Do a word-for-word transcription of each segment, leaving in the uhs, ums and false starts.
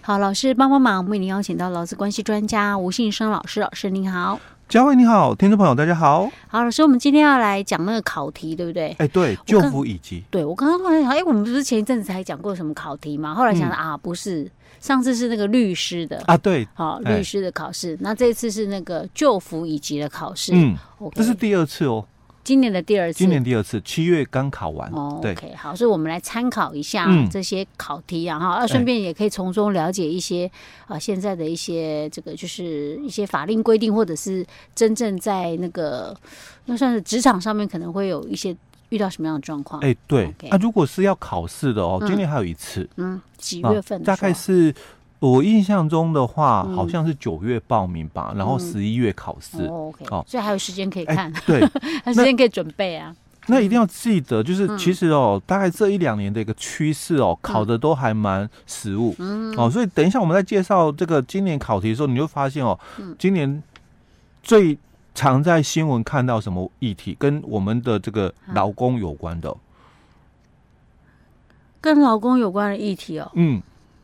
好，老师帮帮忙，为您邀请到劳资关系专家吴信生老师，老师您好。 嘉惠你好，听众朋友大家好。 好，老师，我们今天要来讲那个考题，对不对？ 哎，对，就服乙级。 对，我刚刚突然想，哎，我们不是前一阵子才讲过什么考题吗？后来想、嗯、啊，不是，上次是那个律师的啊，对， 好、哦，律师的考试，那、哎、这一次是那个就服乙级的考试， 嗯， okay, 这是第二次哦。 今年的第二次， 今年第二次，七月刚考完。 哦、 对 ，OK， 好，所以我们来参考一下、 嗯、 这些考题啊，哈，顺便也可以从中了解一些啊、呃、现在的一些这个就是一些法令规定，或者是真正在那个那算是职场上面可能会有一些遇到什么样的状况。 哎，对，那、 okay 啊、如果是要考试的哦，今年还有一次， 嗯，几月份、啊？ 大概是。我印象中的话，嗯、好像是九月报名吧，然后十一月考试、嗯哦 okay 哦，所以还有时间可以看， 欸、对， 还有时间可以准备啊。 那一定要记得，就是其实哦，嗯、大概这一两年的一个趋势哦，考的都还蛮实务，嗯，哦，所以等一下我们在介绍这个今年考题的时候，你就发现哦，嗯、今年最常在新闻看到什么议题，跟我们的这个劳工有关的、哦， 跟劳工有关的议题哦， 嗯。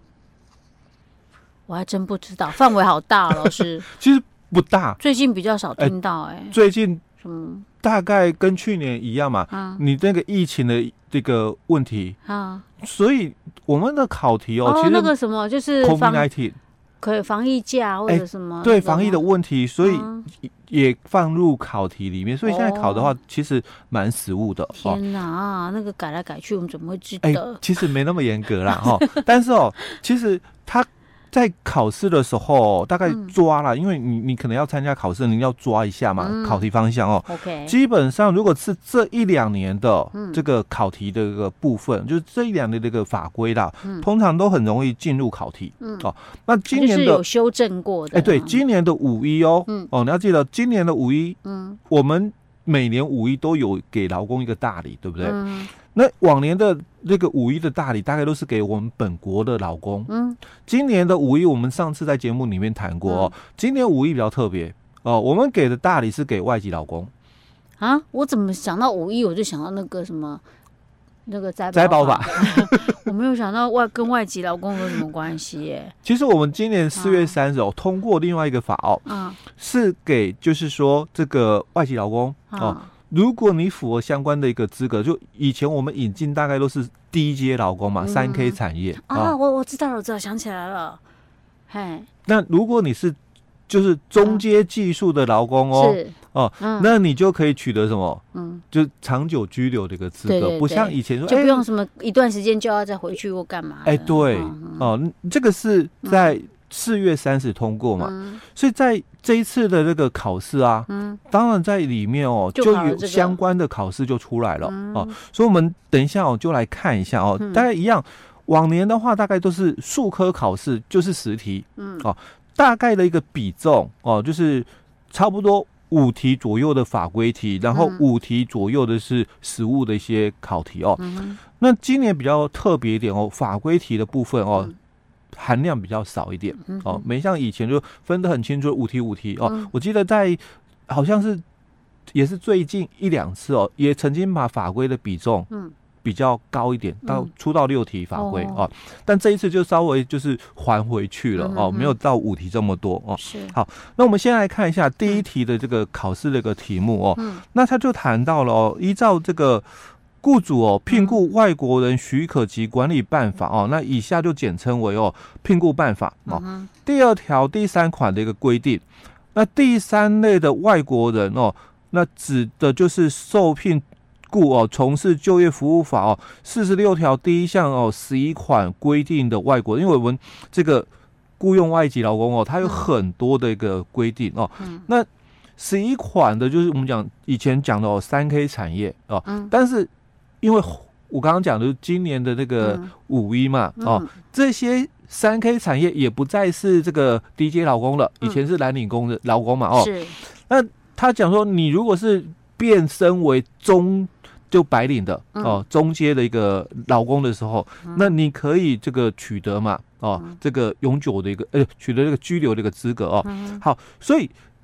我还真不知道，范围好大，老师。 其实不大， 最近比较少听到、欸。哎、欸， 最近嗯， 大概跟去年一样嘛。嗯，你那个疫情的这个问题啊，所以我们的考题哦， 哦其实那个什么就是 COVID 十九可以防疫假或者什么、 欸、对防疫的问题，所以也放入考题里面。所以现在考的话，其实蛮实务的。 天哪、啊，那个改来改去，我们怎么会记得？ 哎、欸，其实没那么严格啦哈。但是哦，其实他。在考试的时候，大概抓了、嗯，因为你你可能要参加考试，你要抓一下嘛，嗯、考题方向哦。 OK， 基本上如果是这一两年的这个考题的一个部分，嗯、就是这一两年的这个法规啦、嗯，通常都很容易进入考题。嗯，哦，那今年的、 就是有修正过的。 哎、欸，对，今年的五一哦，嗯，哦，你要记得今年的五一，嗯，我们每年五一都有给劳工一个大礼，对不对？嗯。那往年的那个五一的大礼大概都是给我们本国的劳工，嗯，今年的五一我们上次在节目里面谈过哦，嗯、今年五一比较特别哦，我们给的大礼是给外籍劳工啊。我怎么想到五一我就想到那个什么那个灾灾保法， 我没有想到外跟外籍劳工有什么关系耶。 其实我们今年四月三十哦、啊、通过另外一个法哦，嗯，是给就是说这个外籍劳工、啊、哦。如果你符合相关的一个资格，就以前我们引进大概都是低阶劳工嘛，三、嗯、K 产业啊，我我知道了，我知道，想起来了，嘿。 那如果你是就是中阶技术的劳工哦，是哦、嗯，那你就可以取得什么？嗯，就长久居留的一个资格，对对对，不像以前说就不用什么一段时间就要再回去或干嘛。 哎、欸，对、嗯、哦，这个是在四月三十通过嘛、嗯，所以在这一次的这个考试啊，嗯，当然在里面哦，就有相关的考试就出来了、嗯、哦，所以我们等一下哦就来看一下哦，嗯、大概一样，往年的话大概都是数科考试就是十题，嗯，哦，大概的一个比重哦，就是差不多五题左右的法规题，然后五题左右的是实务的一些考题哦，嗯、那今年比较特别一点哦，法规题的部分哦。嗯含量比较少一点哦，没像以前就分得很清楚，五题五题哦、嗯。我记得在好像是也是最近一两次哦，也曾经把法规的比重嗯比较高一点，到出到六题法规、嗯、哦，但这一次就稍微就是还回去了、嗯、哦，没有到五题这么多哦。 是好，那我们先来看一下第一题的这个考试的一个题目哦，嗯、那他就谈到了哦，依照这个。雇主哦聘雇外国人许可及管理办法哦，那以下就简称为哦聘雇办法哦。嗯、第二条第三款的一个规定，那第三类的外国人哦，那指的就是受聘雇哦从事就业服务法哦四十六条第一项哦十一款规定的外国人，因为我们这个雇用外籍劳工哦，它有很多的一个规定哦。嗯、那十一款的就是我们讲以前讲的哦三 K 产业哦，嗯、但是因为我刚刚讲的今年的那个五一嘛、嗯，哦，嗯、这些三 K 产业也不再是这个低阶劳工了，以前是蓝领工的劳工嘛，哦， 是。 那他讲说，你如果是变身为中就白领的哦，中阶的一个劳工的时候，嗯、那你可以这个取得嘛，哦，嗯、这个永久的一个呃取得这个居留的一个资格哦。嗯、好，所以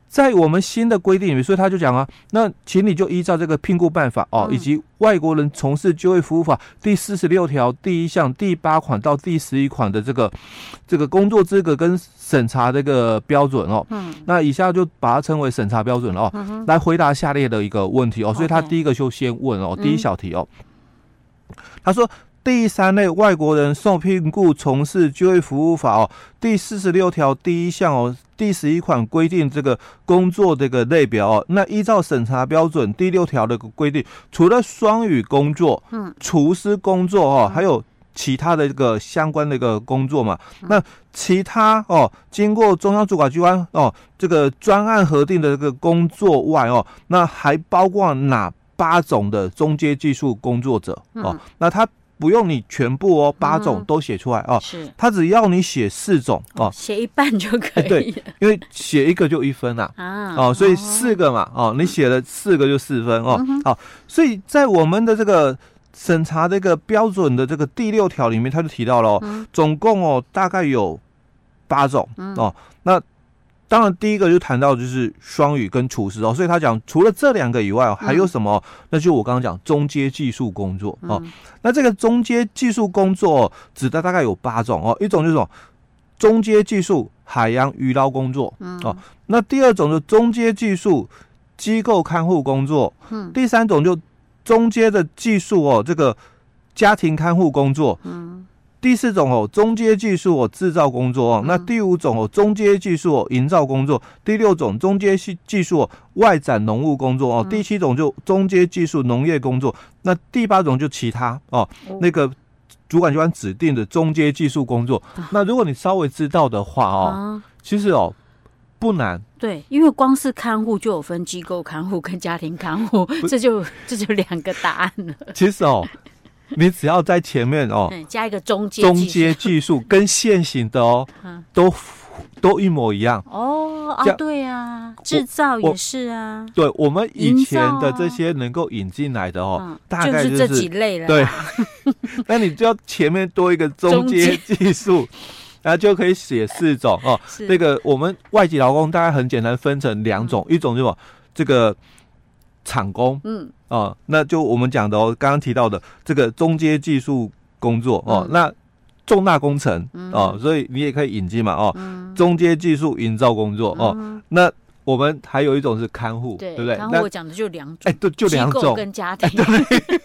在我们新的规定里面，所以他就讲啊，那请你就依照这个聘雇办法哦，嗯、以及外国人从事就业服务法第四十六条第一项第八款到第十一款的这个这个工作资格跟审查这个标准哦。嗯，那以下就把它称为审查标准哦，嗯、来回答下列的一个问题哦。所以他第一个就先问哦， okay. 第一小题哦，嗯、他说。第三类外国人受聘雇从事就业服务法哦，第四十六条第一项哦，第十一款规定这个工作这个类别哦，那依照审查标准第六条的规定，除了双语工作、嗯，厨师工作哦，还有其他的这个相关的一个工作嘛，嗯、那其他哦，经过中央主管机关哦这个专案核定的这个工作外哦，那还包括哪八种的中阶技术工作者哦？嗯、那他。不用你全部哦，八种都写出来哦。是，他只要你写四种哦， 写一半就可以了。 对，因为写一个就一分啊。啊，哦，所以四个嘛，哦，你写了四个就四分哦。嗯、好，所以在我们的这个审查这个标准的这个第六条里面，他就提到了哦，嗯、总共哦大概有八种、嗯、哦。那当然，第一个就谈到就是双语跟厨师哦，所以他讲除了这两个以外哦，还有什么？嗯、那就我刚刚讲中阶技术工作哦。嗯、那这个中阶技术工作、哦、指的大概有八种哦，一种就是说中阶技术海洋渔捞工作、嗯、哦，那第二种就中阶技术机构看护工作，嗯，第三种就中阶的技术哦，这个家庭看护工作，嗯。第四种哦，中阶技术哦，制造工作哦。那第五种哦，中阶技术哦，营造工作。第六种中阶技术哦，外展农务工作哦。第七种就中阶技术农业工作。那第八种就其他哦，那个主管机关指定的中阶技术工作。那如果你稍微知道的话哦，其实哦不难。 对，因为光是看护就有分机构看护跟家庭看护，这就这就两个答案了。 其实哦。你只要在前面哦， 嗯、加一个中阶中阶技术跟现行的哦，嗯、都都一模一样哦啊，对啊，制造也是啊， 对，我们以前的这些能够引进来的哦，嗯、大概就是、就是这几类了， 对，那你就要前面多一个中阶技术。然后就可以写四种哦。这个我们外籍劳工大概很简单分成两种，嗯、一种就是这个厂工，嗯。哦，那就我们讲的哦，刚刚提到的这个中阶技术工作哦，嗯、那重大工程、嗯、哦，所以你也可以引进嘛哦，嗯、中阶技术营造工作哦，嗯、那我们还有一种是看护，对, 对不对？ 看护我讲的就两种， 哎，对，就两种， 机构跟家庭。 哎、对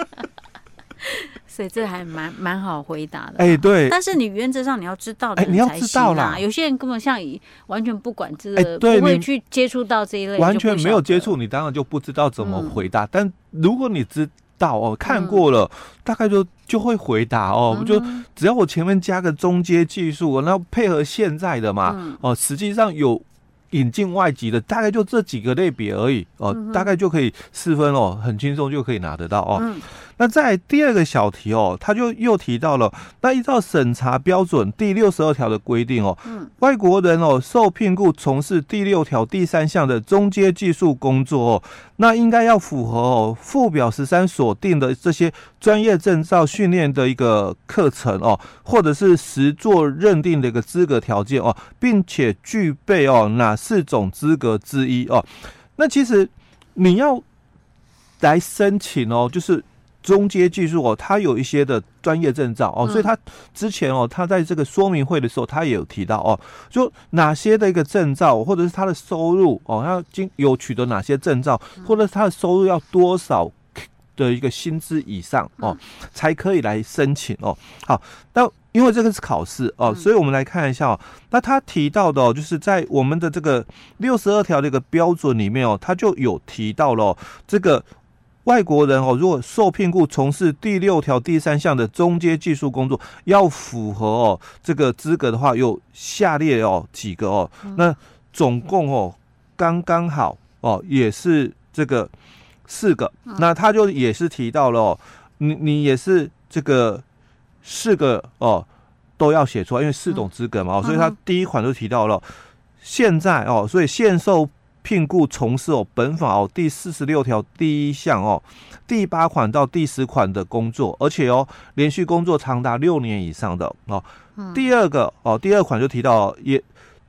所以这还蛮蛮好回答的， 哎、欸，对。 但是你原则上你要知道的人才行、啊， 欸、你要知道啦。 有些人根本像以完全不管这个，欸、不会去接触到这一类， 完全没有接触，你当然就不知道怎么回答。嗯、但如果你知道哦，看过了，嗯、大概就就会回答哦。嗯、就只要我前面加个中阶技术，然后配合现在的嘛，嗯、哦，实际上有引进外籍的，大概就这几个类别而已哦，嗯、大概就可以四分哦，很轻松就可以拿得到哦。嗯那在第二个小题哦，他就又提到了，那依照审查标准第六十二条的规定哦，嗯、外国人哦受聘雇从事第六条第三项的中阶技术工作哦，那应该要符合哦附表十三所定的这些专业证照训练的一个课程哦，或者是实作认定的一个资格条件哦，并且具备哦哪四种资格之一哦？那其实你要来申请哦，就是中阶技术哦，它有一些的专业证照哦，嗯、所以他之前哦，他在这个说明会的时候，他也有提到哦，就哪些的一个证照，或者是他的收入哦，他经有取得哪些证照，或者是他的收入要多少的一个薪资以上哦，嗯、才可以来申请哦。好，那因为这个是考试哦，嗯、所以我们来看一下哦，那他提到的哦，就是在我们的这个六十二条的一个标准里面哦，他就有提到了、哦、这个。外国人哦，如果受聘雇从事第六条第三项的中阶技术工作，要符合哦这个资格的话，有下列哦几个哦，嗯、那总共哦刚刚好哦，也是这个四个，嗯、那他就也是提到了哦，你你也是这个四个哦都要写出来，因为四种资格嘛，嗯、所以他第一款就提到了，现在哦，所以现受聘雇从事哦本法哦第四十六条第一项哦第八款到第十款的工作，而且哦连续工作长达六年以上的哦。嗯、第二个哦第二款就提到、哦、也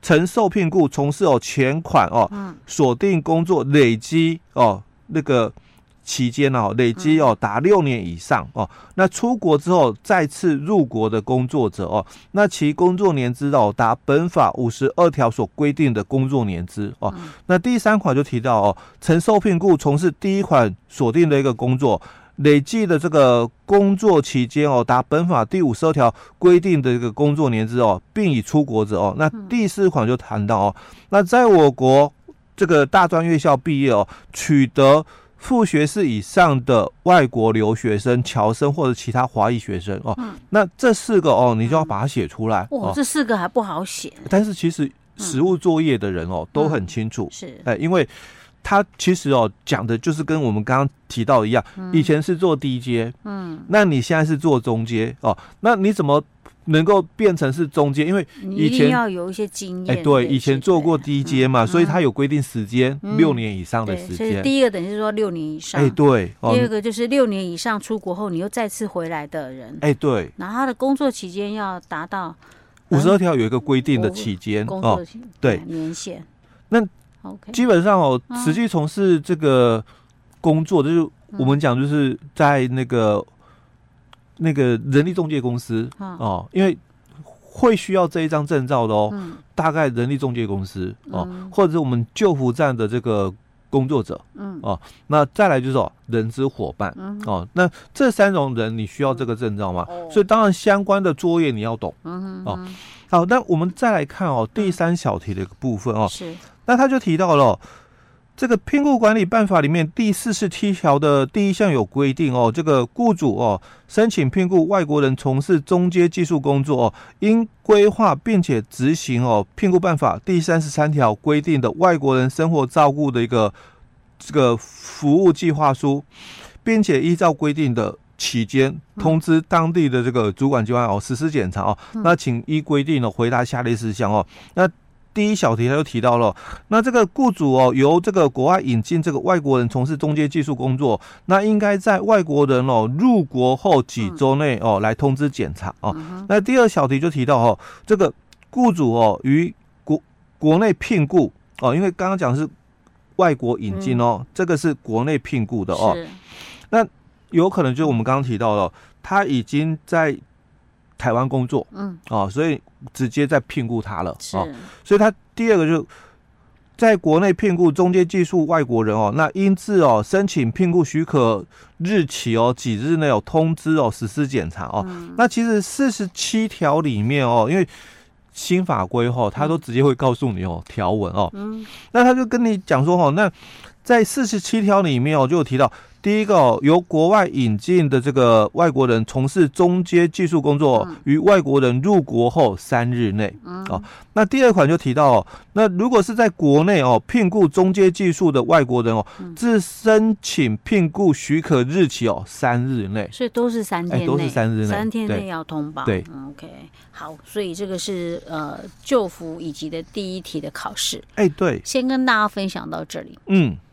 曾受聘雇从事哦前款哦锁定工作累积哦那个期间哦累积哦达六年以上哦，那出国之后再次入国的工作者哦，那其工作年资哦达本法五十二条所规定的工作年资哦。那第三款就提到哦，曾受聘雇从事第一款锁定的一个工作。累计的这个工作期间哦，达本法第五十二条规定的一个工作年资哦，并已出国者哦，那第四款就谈到哦，那在我国这个大专院校毕业哦，取得副学士以上的外国留学生、侨生或者其他华裔学生哦，嗯、那这四个哦，你就要把它写出来。 哇、哦，这四个还不好写。 但是其实实务作业的人哦，嗯、都很清楚， 是， 哎，因为。他其实哦讲的就是跟我们刚刚提到的一样，嗯、以前是做低阶，嗯，那你现在是做中阶哦，那你怎么能够变成是中阶？因为以前你一定要有一些经验， 哎，对，以前做过低阶嘛，嗯、所以他有规定时间，嗯、六年以上的时间。 第一个等于是说六年以上， 哎，对。 哦、第二个就是六年以上出国后你又再次回来的人， 哎，对。 然后他的工作期间要达到五十二条有一个规定的期间， 工作期、 哦、对年限。 那 Okay. 基本上哦，实际从事这个工作，就是我们讲，就是在那个、嗯、那个人力中介公司、嗯、哦，因为会需要这一张证照的哦，嗯、大概人力中介公司哦，嗯、或者是我们救扶站的这个工作者，嗯哦，那再来就是哦，人资伙伴、嗯、哦，那这三种人你需要这个证照吗？嗯、所以当然相关的作业你要懂，嗯、哦，好，那我们再来看哦，第三小题的一个部分哦， 是。 那他就提到了、哦、这个聘雇管理办法里面第四十七条的第一项有规定哦，这个雇主哦申请聘雇外国人从事中阶技术工作哦，应规划并且执行哦聘雇办法第三十三条规定的外国人生活照顾的一个这个服务计划书，并且依照规定的期间通知当地的这个主管机关哦实施检查哦，嗯、那请依规定哦回答下列事项哦，那。第一小题他就提到了，那这个雇主哦由这个国外引进这个外国人从事中阶技术工作，那应该在外国人哦入国后几周内哦来通知检查哦。嗯、那第二小题就提到哦，这个雇主哦于国国内聘雇哦，因为刚刚讲是外国引进哦，嗯、这个是国内聘雇的哦。那有可能就我们刚刚提到了，他已经在台湾工作，嗯，哦，所以直接在聘雇他了，哦，所以他第二个就在国内聘雇中阶技术外国人哦，那应自哦申请聘雇许可日起哦几日内有通知哦实施检查哦，嗯、那其实四十七条里面哦，因为新法规哦，他都直接会告诉你哦条文哦，嗯，那他就跟你讲说哦，那在四十七条里面哦就有提到。第一个、哦、由国外引进的这个外国人从事中阶技术工作，于、嗯、外国人入国后三日内、嗯哦、那第二款就提到、哦、那如果是在国内哦聘雇中阶技术的外国人哦，嗯、自申请聘雇许可日起哦三日内， 所以都是三天内， 哎、都是三日内， 三天内要通报。 对、 嗯、，OK， 好，所以这个是呃就服以及的第一题的考试。 哎，对， 先跟大家分享到这里。 嗯。